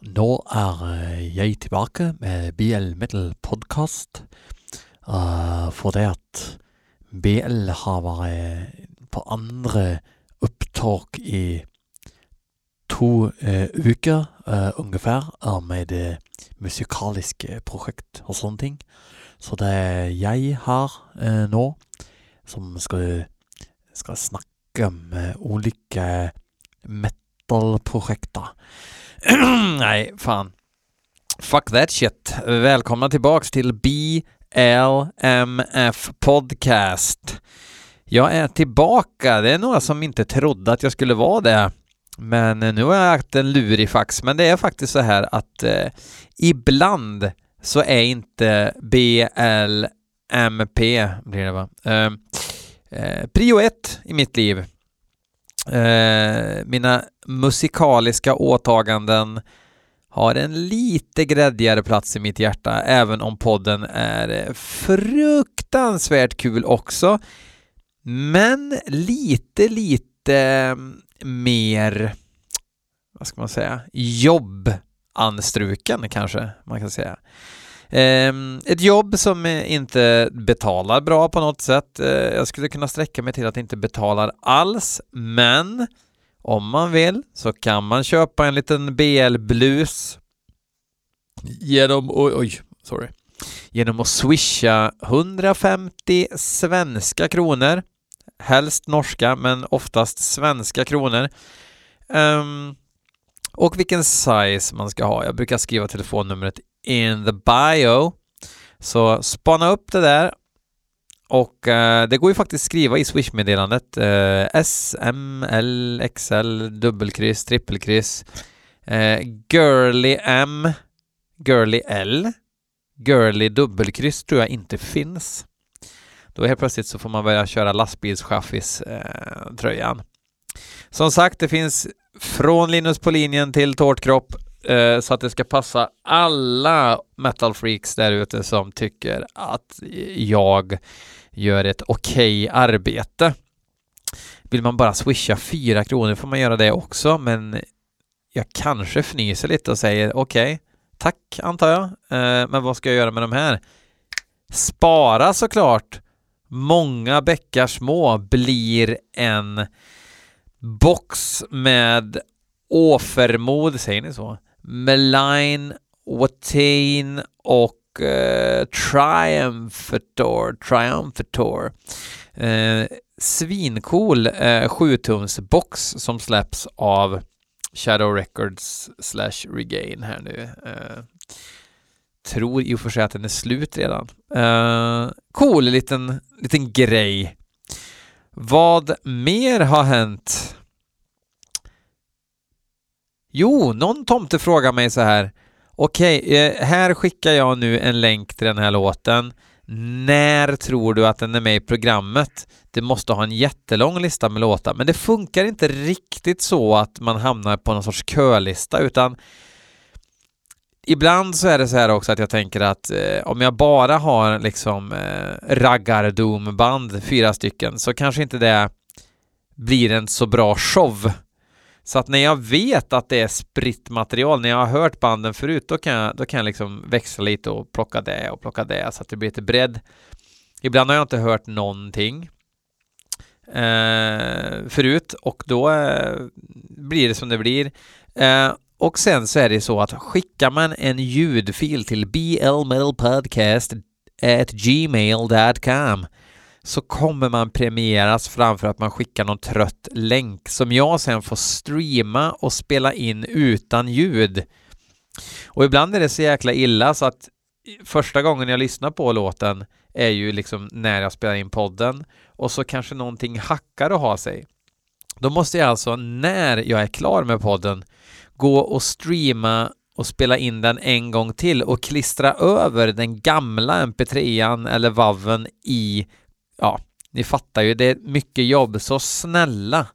Nå jeg tilbake med BL Metal Podcast. For det at BL har vært på andre opptak i 2 uker ungefär med musikaliske projekt og sånne ting. Så det er jeg her nå som skal snakke om olika metal-projekter. Nej, fan. Fuck that shit. Välkomna tillbaks till BLMF Podcast. Jag är tillbaka. Det är några som inte trodde att jag skulle vara det. Men nu har jag haft en lurifax. Men det är faktiskt så här att ibland så är inte BLMP blir det va? Prio 1 i mitt liv. Mina musikaliska åtaganden har en lite gräddigare plats i mitt hjärta, även om podden är fruktansvärt kul också, men lite mer, vad ska man säga, jobbanstruken kanske man kan säga. Ett jobb som inte betalar bra på något sätt. Jag skulle kunna sträcka mig till att inte betalar alls, men om man vill så kan man köpa en liten BL-blus genom att swisha 150 svenska kronor, helst norska men oftast svenska kronor. Och vilken size man ska ha. Jag brukar skriva telefonnumret in the bio. Så spana upp det där. Och det går ju faktiskt skriva i Swish-meddelandet. S, M, L, XL, dubbelkryss, trippelkryss. Girly M, Girly L, Girly dubbelkryss tror jag inte finns. Då helt plötsligt så får man börja köra lastbilschaffis tröjan. Som sagt, det finns från Linus på linjen till tårtkropp. Så att det ska passa alla metal freaks där ute som tycker att jag gör ett okej arbete. Vill man bara swisha 4 kronor får man göra det också, men jag kanske fnyser lite och säger okej, tack antar jag. Men vad ska jag göra med de här? Spara såklart. Många bäckar små blir en box med åfermod, säger ni så? Malign, Watain och Triumphator. Svincool 7-tums box som släpps av Shadow Records /Regain här nu. Tror i och för sig att den är slut redan. Cool liten grej. Vad mer har hänt? Jo, någon tomte frågar mig så här. Okej, här skickar jag nu en länk till den här låten. När tror du att den är med i programmet? Det måste ha en jättelång lista med låtar. Men det funkar inte riktigt så att man hamnar på någon sorts kölista. Utan ibland så är det så här också att jag tänker att om jag bara har liksom raggardomband 4 stycken så kanske inte det blir en så bra show. Så att när jag vet att det är spritt material, när jag har hört banden förut, då kan jag liksom växla lite och plocka det så att det blir lite bredd. Ibland har jag inte hört någonting förut och då blir det som det blir. Och sen så är det så att skickar man en ljudfil till blmetalpodcast@gmail.com så kommer man premieras framför att man skickar någon trött länk som jag sen får streama och spela in utan ljud. Och ibland är det så jäkla illa så att första gången jag lyssnar på låten är ju liksom när jag spelar in podden och så kanske någonting hackar och har sig. Då måste jag alltså när jag är klar med podden gå och streama och spela in den en gång till och klistra över den gamla mp3an eller wavven i. Ja, ni fattar ju, det är mycket jobb, så snälla.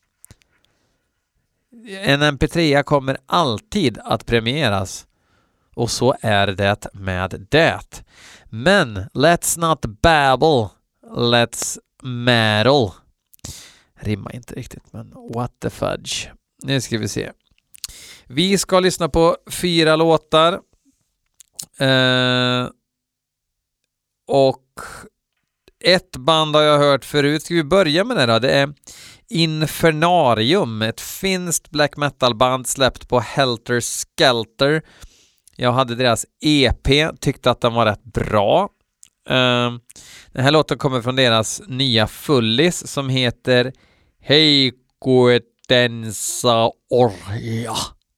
En mp3 kommer alltid att premieras och så är det med det. Men let's not babble, let's metal. Rimmar inte riktigt, men what the fudge. Nu ska vi se. Vi ska lyssna på 4 låtar. Och ett band har jag hört förut. Ska vi börja med det då? Det är Infernarium, ett finskt black metal band släppt på Helter Skelter. Jag hade deras EP, tyckte att den var rätt bra. Den här låten kommer från deras nya fullis som heter Heikoetensa Orja.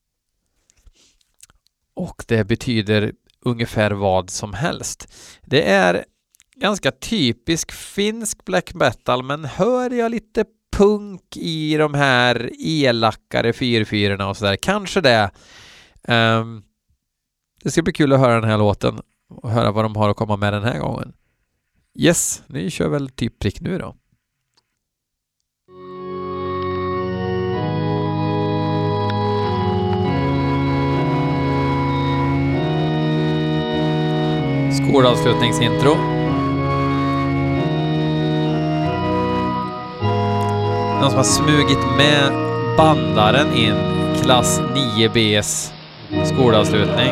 Och det betyder ungefär vad som helst. Det är ganska typisk finsk black metal, men hör jag lite punk i de här elakare 4/4 och sådär. Kanske det. Det ska bli kul att höra den här låten och höra vad de har att komma med den här gången. Yes, ni kör väl typ prick nu då. Skolavslutningsintro. Någon som har smugit med bandaren in klass 9Bs skolavslutning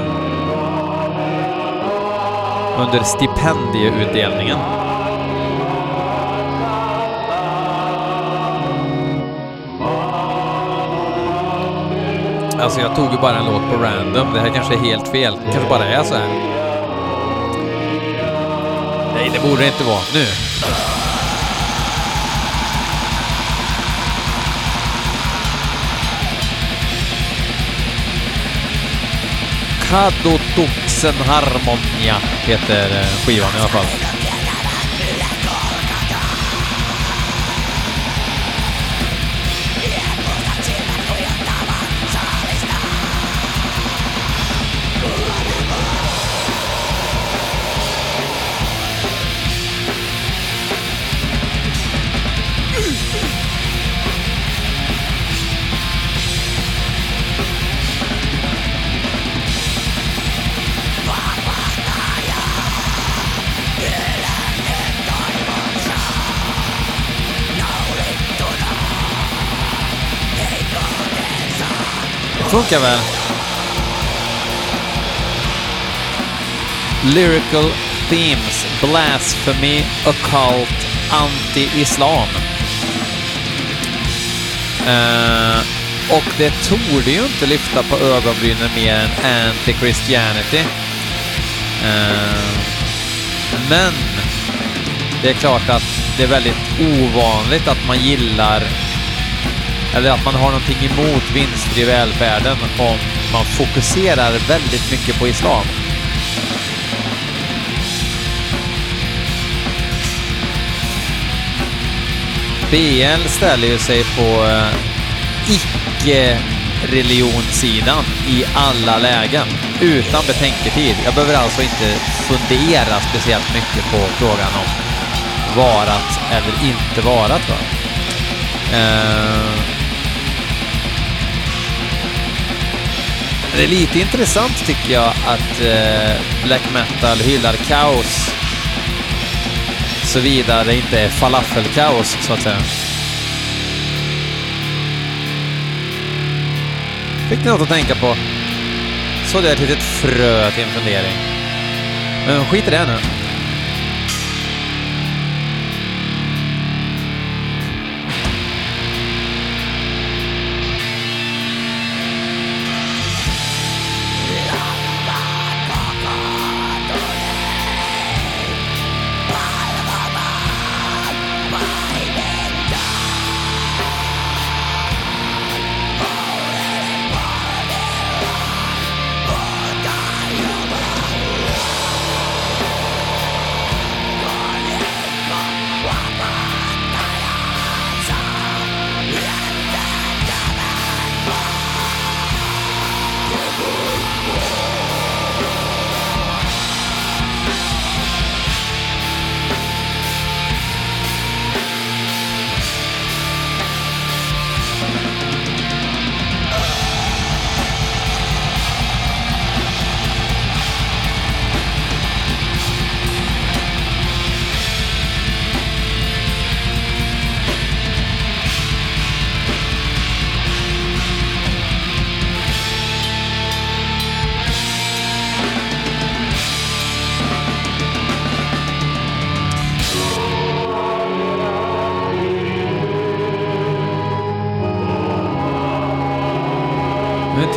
under stipendieutdelningen. Alltså jag tog ju bara en låt på random. Det här kanske är helt fel. Det kanske bara är så här. Nej, det borde det inte vara. Nu. Kadotuxen Harmonia heter skivan i alla fall. Funkar väl. Lyrical themes, blasphemy, occult, anti-islam. Och det torde ju inte lyfta på ögonbrynen mer än anti-Christianity. Men det är klart att det är väldigt ovanligt att man gillar eller att man har någonting emot vinster i välfärden om man fokuserar väldigt mycket på islam. BL ställer ju sig på icke-religionssidan i alla lägen, utan betänketid. Jag behöver alltså inte fundera speciellt mycket på frågan om varat eller inte varat, va? Det är lite intressant tycker jag att black metal hyllar kaos såvida det inte är falafelkaos så att säga. Fick ni något att tänka på? Så det är ett litet frö till en fundering. Men skit i det nu.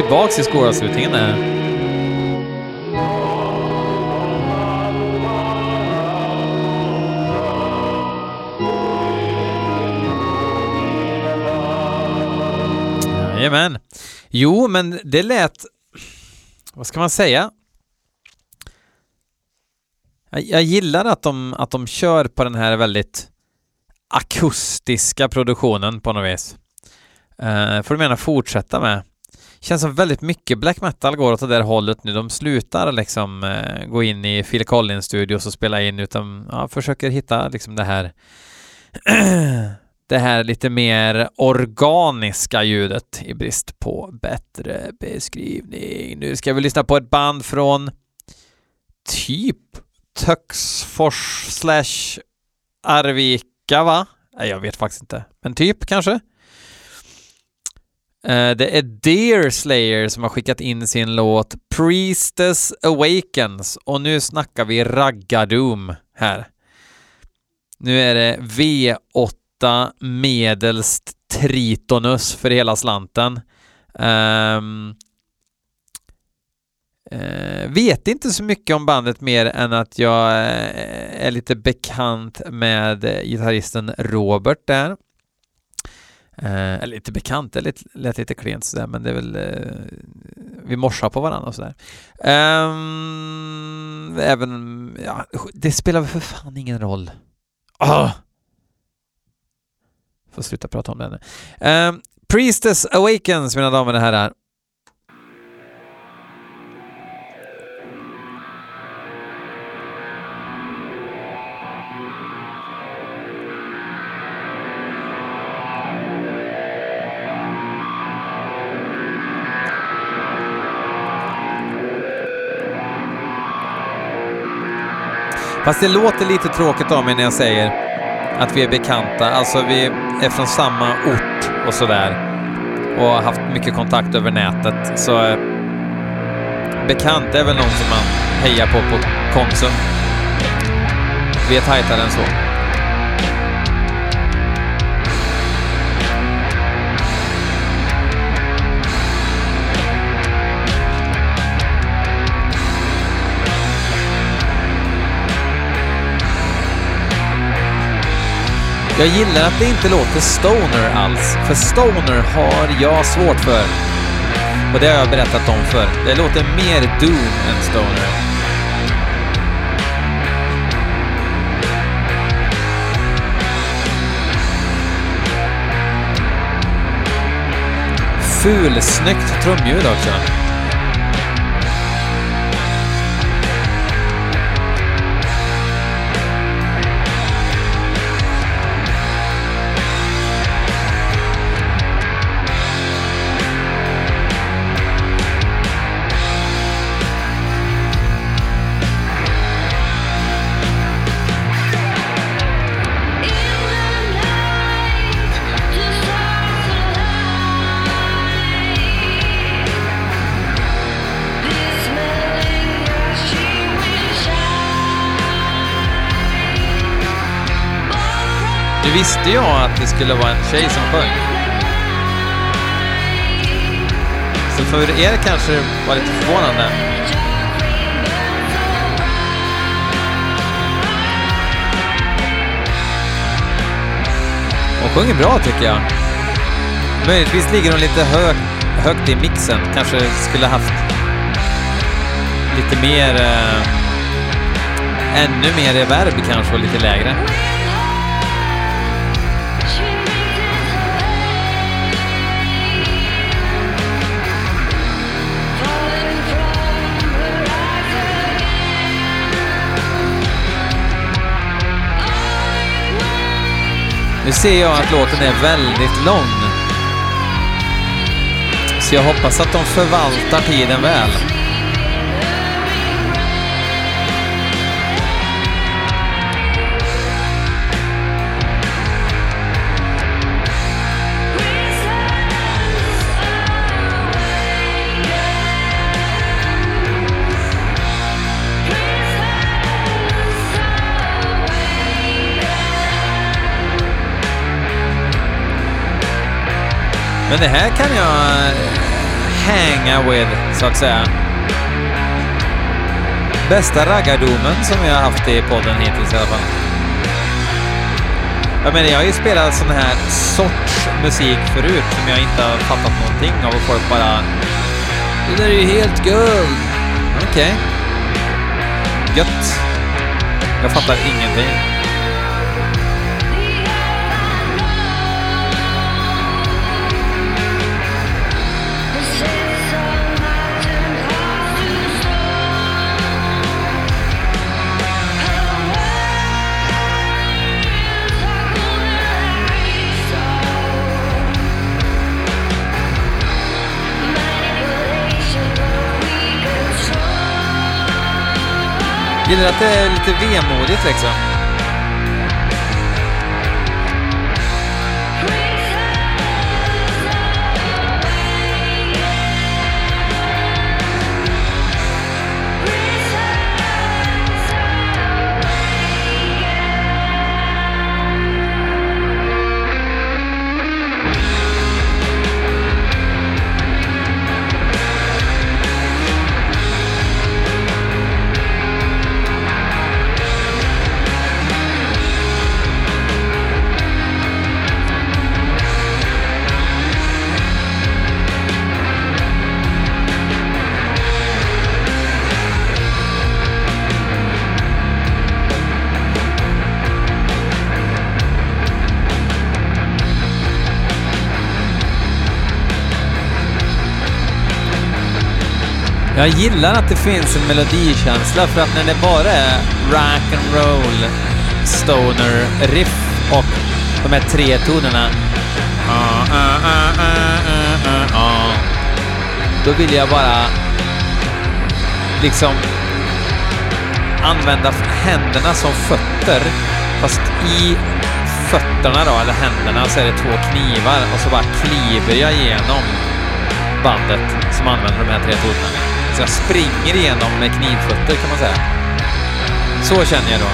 tillbaks i skolavslutningen där. Jajamän. Jo, men det lät... Vad ska man säga? Jag gillar att de kör på den här väldigt akustiska produktionen på något vis. Får du gärna fortsätta med. Känns som väldigt mycket black metal går åt det där hållet nu. De slutar liksom gå in i Phil Collins studios och spela in, utan försöker hitta liksom det här det här lite mer organiska ljudet i brist på bättre beskrivning. Nu ska vi lyssna på ett band från typ Töcksfors / Arvika, va? Nej, jag vet faktiskt inte. Men typ kanske. Det är Deer Slayer som har skickat in sin låt Priestess Awakens. Och nu snackar vi Raggadoom här. Nu är det V8 medelst tritonus för hela slanten. Vet inte så mycket om bandet mer än att jag är lite bekant med gitarristen Robert där. Eller lite bekant, det lät lite klent sådär, men det är väl vi morsar på varandra och sådär. Även, det spelar för fan ingen roll. Får sluta prata om det nu. Priestess Awakens, mina damer och herrar. Fast det låter lite tråkigt av mig när jag säger att vi är bekanta. Alltså vi är från samma ort och sådär. Och har haft mycket kontakt över nätet. Så bekant är väl någon som man hejar på Konsum. Vi är tajtare än så. Jag gillar att det inte låter stoner alls. För stoner har jag svårt för. Och det har jag berättat om för. Det låter mer doom än stoner. Fulsnyggt trumljud också. Nu visste jag att det skulle vara en tjej som sjöng. Så för er kanske det var lite förvånande. Hon sjunger bra tycker jag. Möjligtvis ligger hon lite högt i mixen. Kanske skulle haft lite mer ännu mer reverb kanske och lite lägre. Nu ser jag att låten är väldigt lång. Så jag hoppas att de förvaltar tiden väl. Men det här kan jag hänga with, så att säga. Bästa raggardomen som jag har haft i podden hittills i alla fall. Jag menar, jag har ju spelat sån här sorts musik förut som jag inte har fattat någonting av och folk bara det där är ju helt guld. Okej. Gött. Jag fattar ingenting. Gillar att det är lite vemodigt liksom. Jag gillar att det finns en melodikänsla, för att när det bara är rock and roll, stoner, riff och de här tre tonerna då vill jag bara liksom använda händerna som fötter, fast i fötterna då, eller händerna, så är det två knivar och så bara kliver jag igenom bandet som använder de här tre tonerna. Så jag springer igenom med knivfötter, kan man säga. Så känner jag då.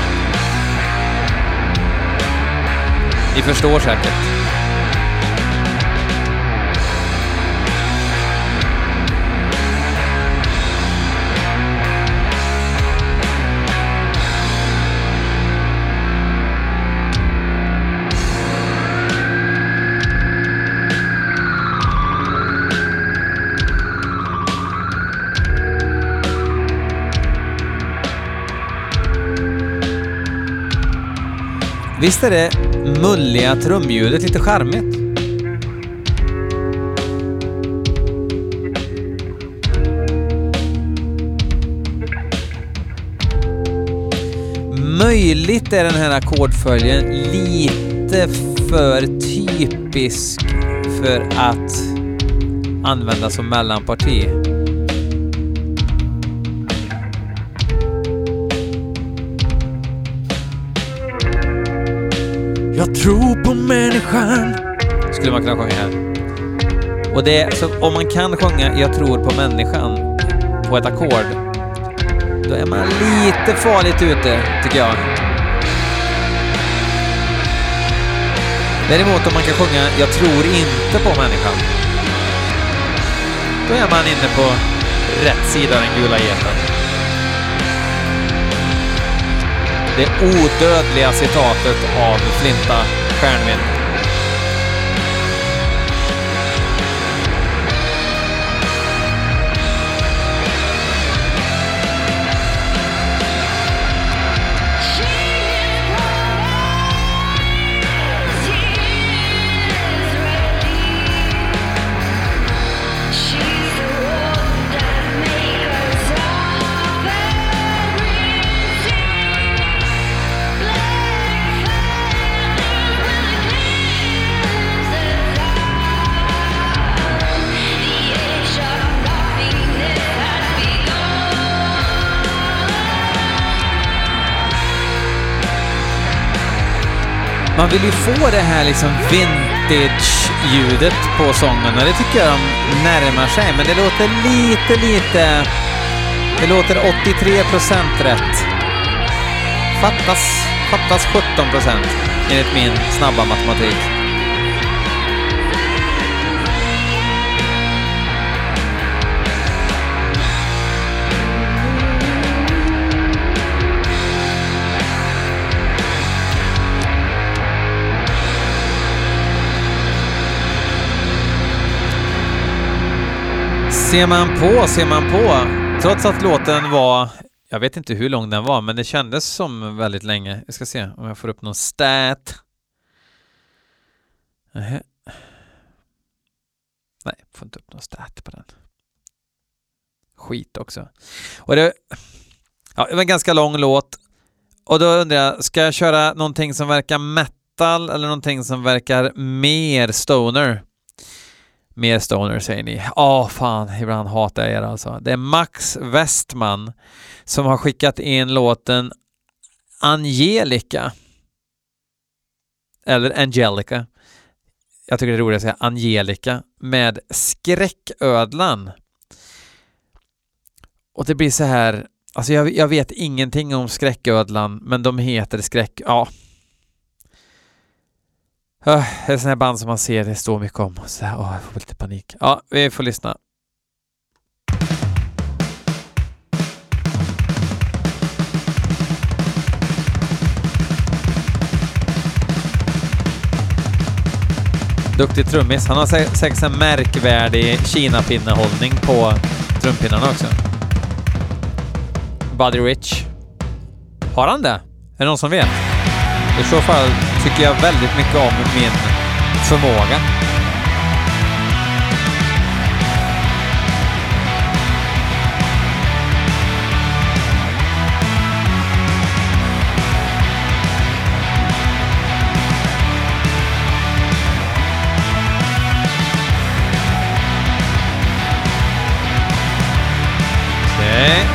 Ni förstår säkert. Visst är det mulliga trumljudet lite charmigt? Möjligt är den här ackordföljen lite för typisk för att använda som mellanparti. Jag tror på människan, skulle man kunna sjunga här. Och det är så, om man kan sjunga jag tror på människan på ett ackord, då är man lite farligt ute, tycker jag. Däremot om man kan sjunga jag tror inte på människan, då är man inne på rätt sida av den gula geten. Det odödliga citatet av Flinta Stjärnvind. Man vill ju få det här liksom vintage-ljudet på sången, och det tycker jag de närmar sig. Men det låter lite... Det låter 83% rätt. Fattas 17% enligt min snabba matematik. Ser man på. Trots att låten var, jag vet inte hur lång den var, men det kändes som väldigt länge. Jag ska se om jag får upp någon stat. Nej, får inte upp någon stat på den. Skit också. Och det var en ganska lång låt. Och då undrar jag, ska jag köra någonting som verkar metal eller någonting som verkar mer stoner? Mer stoner säger ni. Fan, ibland hatar jag er alltså. Det är Max Westman som har skickat in låten Angelica. Eller Angelica. Jag tycker det är roligt att säga Angelica. Med Skräcködlan. Och det blir så här. Alltså jag vet ingenting om Skräcködlan. Men de heter Ja. Det är sådana här band som man ser, det står mycket om. Så här, jag får lite panik. Ja, vi får lyssna. Duktig trummis. Han har säkert en märkvärdig Kina-pinnehållning på trumpinnarna också. Buddy Rich. Har han det? Är det någon som vet? I så fall tycker jag väldigt mycket om min förmåga. Okej.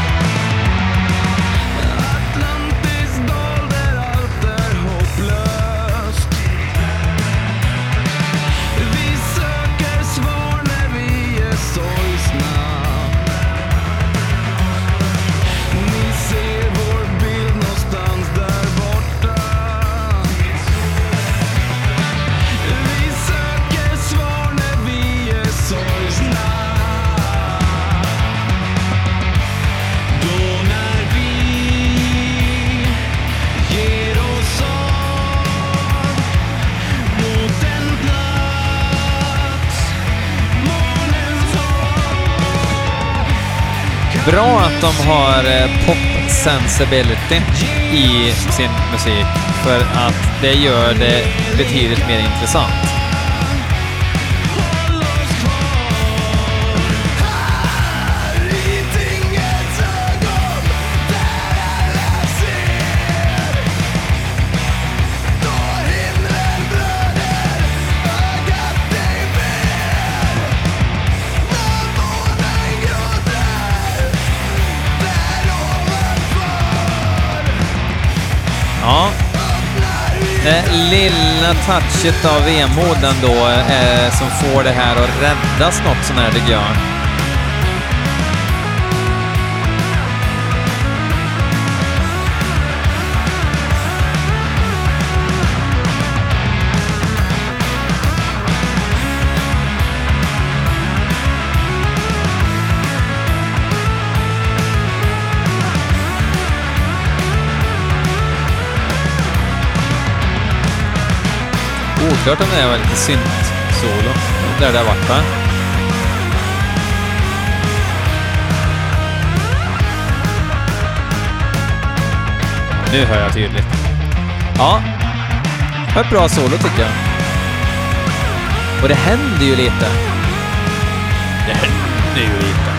Bra att de har pop sensibility i sin musik, för att det gör det betydligt mer intressant. Ja, det lilla touchet av vemod ändå som får det här att räddas något sån här, tycker jag. Oklart om det var lite synt-solo. Där det har varit, va? Nu hör jag tydligt. Ja. Det var ett bra solo, tycker jag. Och det händer ju lite. Det händer ju lite.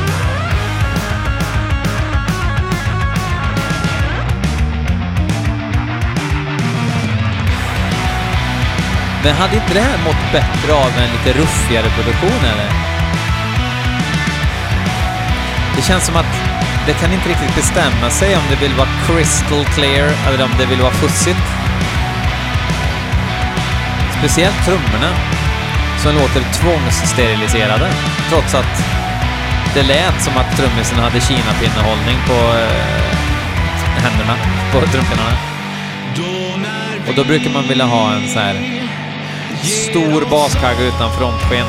Men hade inte det här mått bättre av en lite ruffigare produktion, eller? Det känns som att det kan inte riktigt bestämma sig om det vill vara crystal clear eller om det vill vara fussigt. Speciellt trummorna som låter tvångssteriliserade, trots att det lät som att trummisen hade Kina-pinnehållning på händerna, på trumpinnarna. Och då brukar man vilja ha en så här stor baskagge utan frontsken.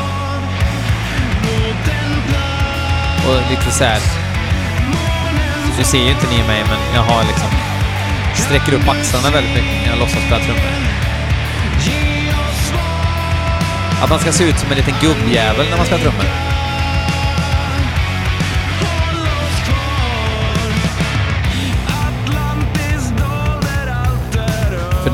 Och lite så här. Nu ser ju inte ni mig, men jag har liksom sträcker upp axlarna väldigt mycket när jag låtsas spela trummor. Att man ska se ut som en liten gubbjävel när man ska trumma.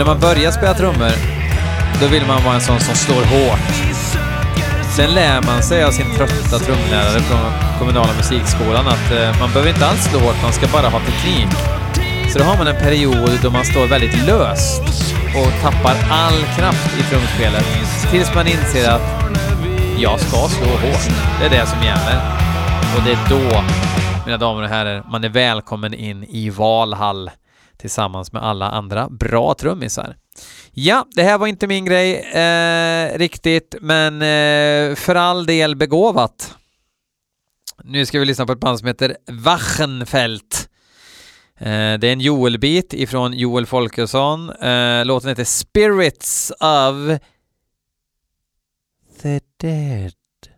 när man börjar spela trummor, då vill man vara en sån som slår hårt. Sen lär man sig av sin trötta trumlärare från kommunala musikskolan att man behöver inte alls slå hårt, man ska bara ha teknik. Så då har man en period då man står väldigt löst och tappar all kraft i trumspelet tills man inser att jag ska slå hårt. Det är det som gäller. Och det är då, mina damer och herrar, man är välkommen in i Valhall tillsammans med alla andra bra trummisar. Ja, det här var inte min grej riktigt, men för all del begåvat. Nu ska vi lyssna på ett band som heter Wachenfeld. Det är en Joel-bit ifrån Joel Folkesson. Låten heter Spirits of the Dead.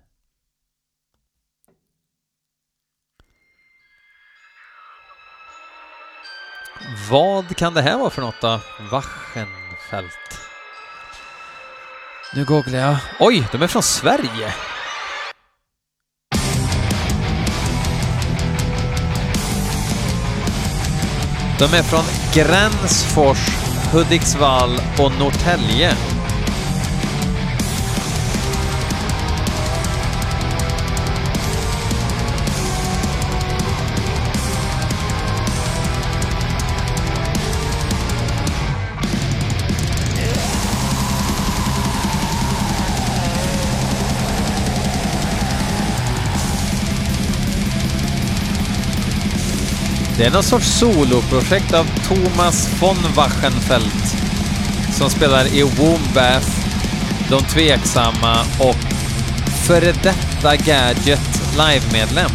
Vad kan det här vara för något då? Wachenfeld. Nu googlar jag. Oj, de är från Sverige. De är från Gränsfors, Hudiksvall och Norrtälje. Det är någon sorts soloprojekt av Thomas von Wachenfeld som spelar i Wombath, De tveksamma och före detta Gadget live-medlem.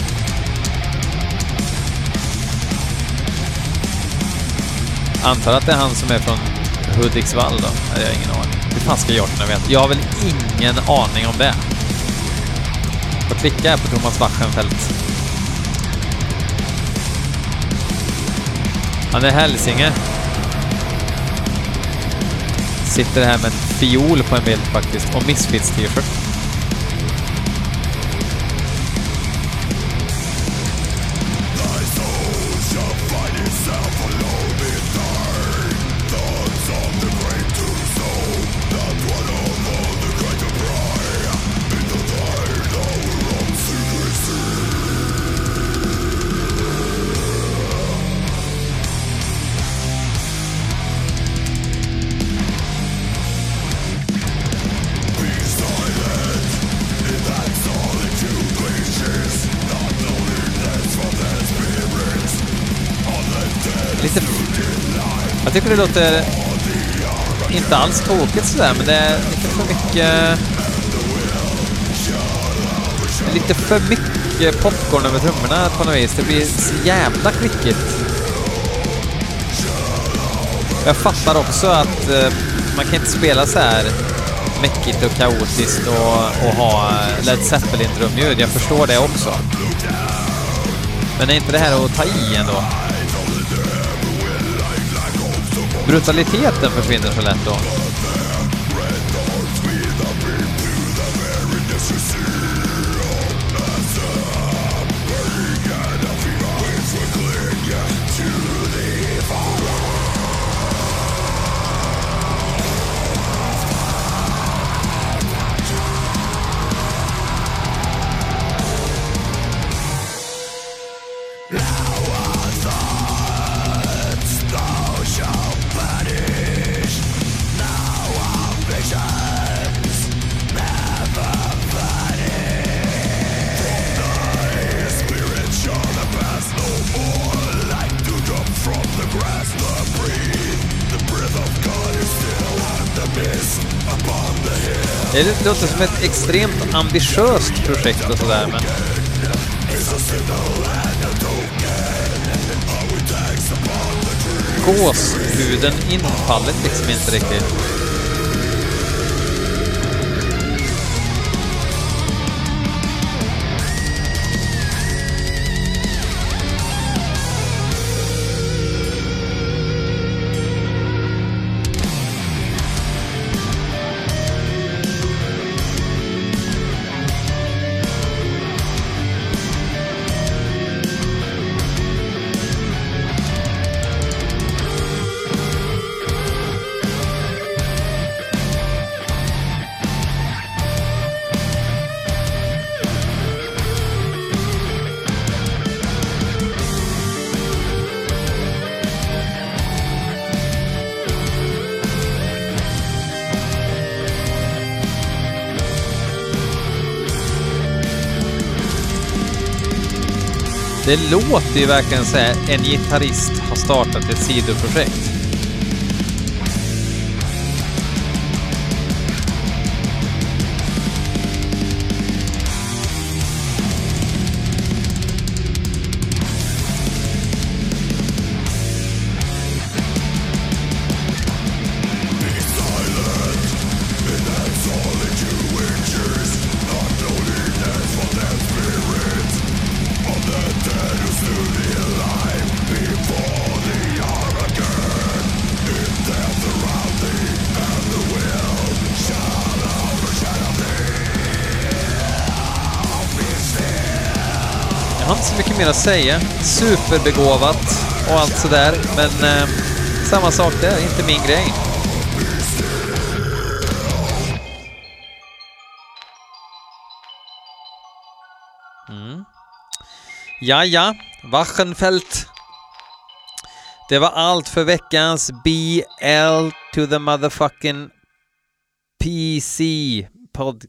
Antar att det är han som är från Hudiksvall då. Jag har ingen aning. Hur fan ska jag kunna veta? Jag har väl ingen aning om det. Jag klickar här på Thomas Wachenfeld. Han är hälsinge. Sitter här med en fiol på en bild faktiskt. Och Misfits t-shirt. Jag tycker det låter inte alls tråkigt sådär, men det är lite för mycket popcorn över trummorna på något vis. Det blir så jävla klickigt. Jag fattar också att man kan inte spela så här mäckigt och kaotiskt och ha Led Zeppelin trumljud. Jag förstår det också. Men är inte det här att ta i ändå? Brutaliteten försvinner så lätt då. Det låter som ett extremt ambitiöst projekt och sådär, men gåshuden infallet liksom inte riktigt. Det låter ju verkligen så här, en gitarrist har startat ett sidoprojekt. Jag har inte så mycket mer att säga. Superbegåvat och allt sådär. Men samma sak där, inte min grej. Ja, Wachenfeldt. Det var allt för veckans BL to the motherfucking PC pod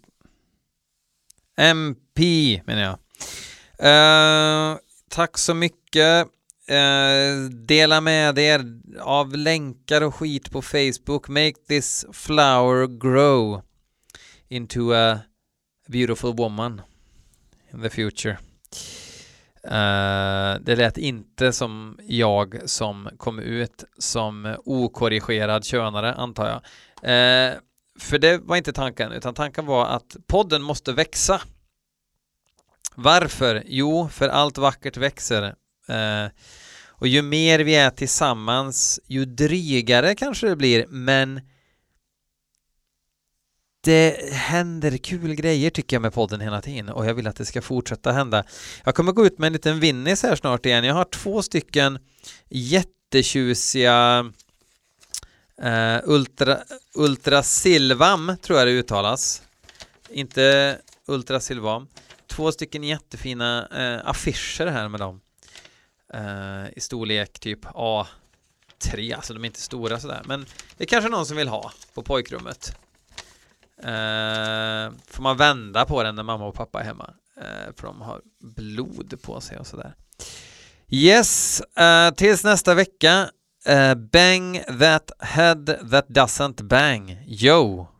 MP menar jag. Tack så mycket. Dela med er av länkar och skit på Facebook. Make this flower grow into a beautiful woman in the future. Det lät inte som jag som kom ut som okorrigerad könare, antar jag. För det var inte tanken, utan tanken var att podden måste växa. Varför? Jo, för allt vackert växer. Och ju mer vi är tillsammans, ju drygare kanske det blir, men det händer kul grejer tycker jag med podden hela tiden, och jag vill att det ska fortsätta hända. Jag kommer gå ut med en liten vinnis här snart igen. Jag har 2 stycken jättetjusiga Ultra Silvam, tror jag det uttalas. Inte Ultra Silvam. 2 stycken jättefina affischer här med dem. I storlek typ A3, alltså de är inte stora sådär. Men det är kanske någon som vill ha på pojkrummet. Får man vända på den när mamma och pappa är hemma. För de har blod på sig och sådär. Yes, tills nästa vecka. Bang that head that doesn't bang. Yo!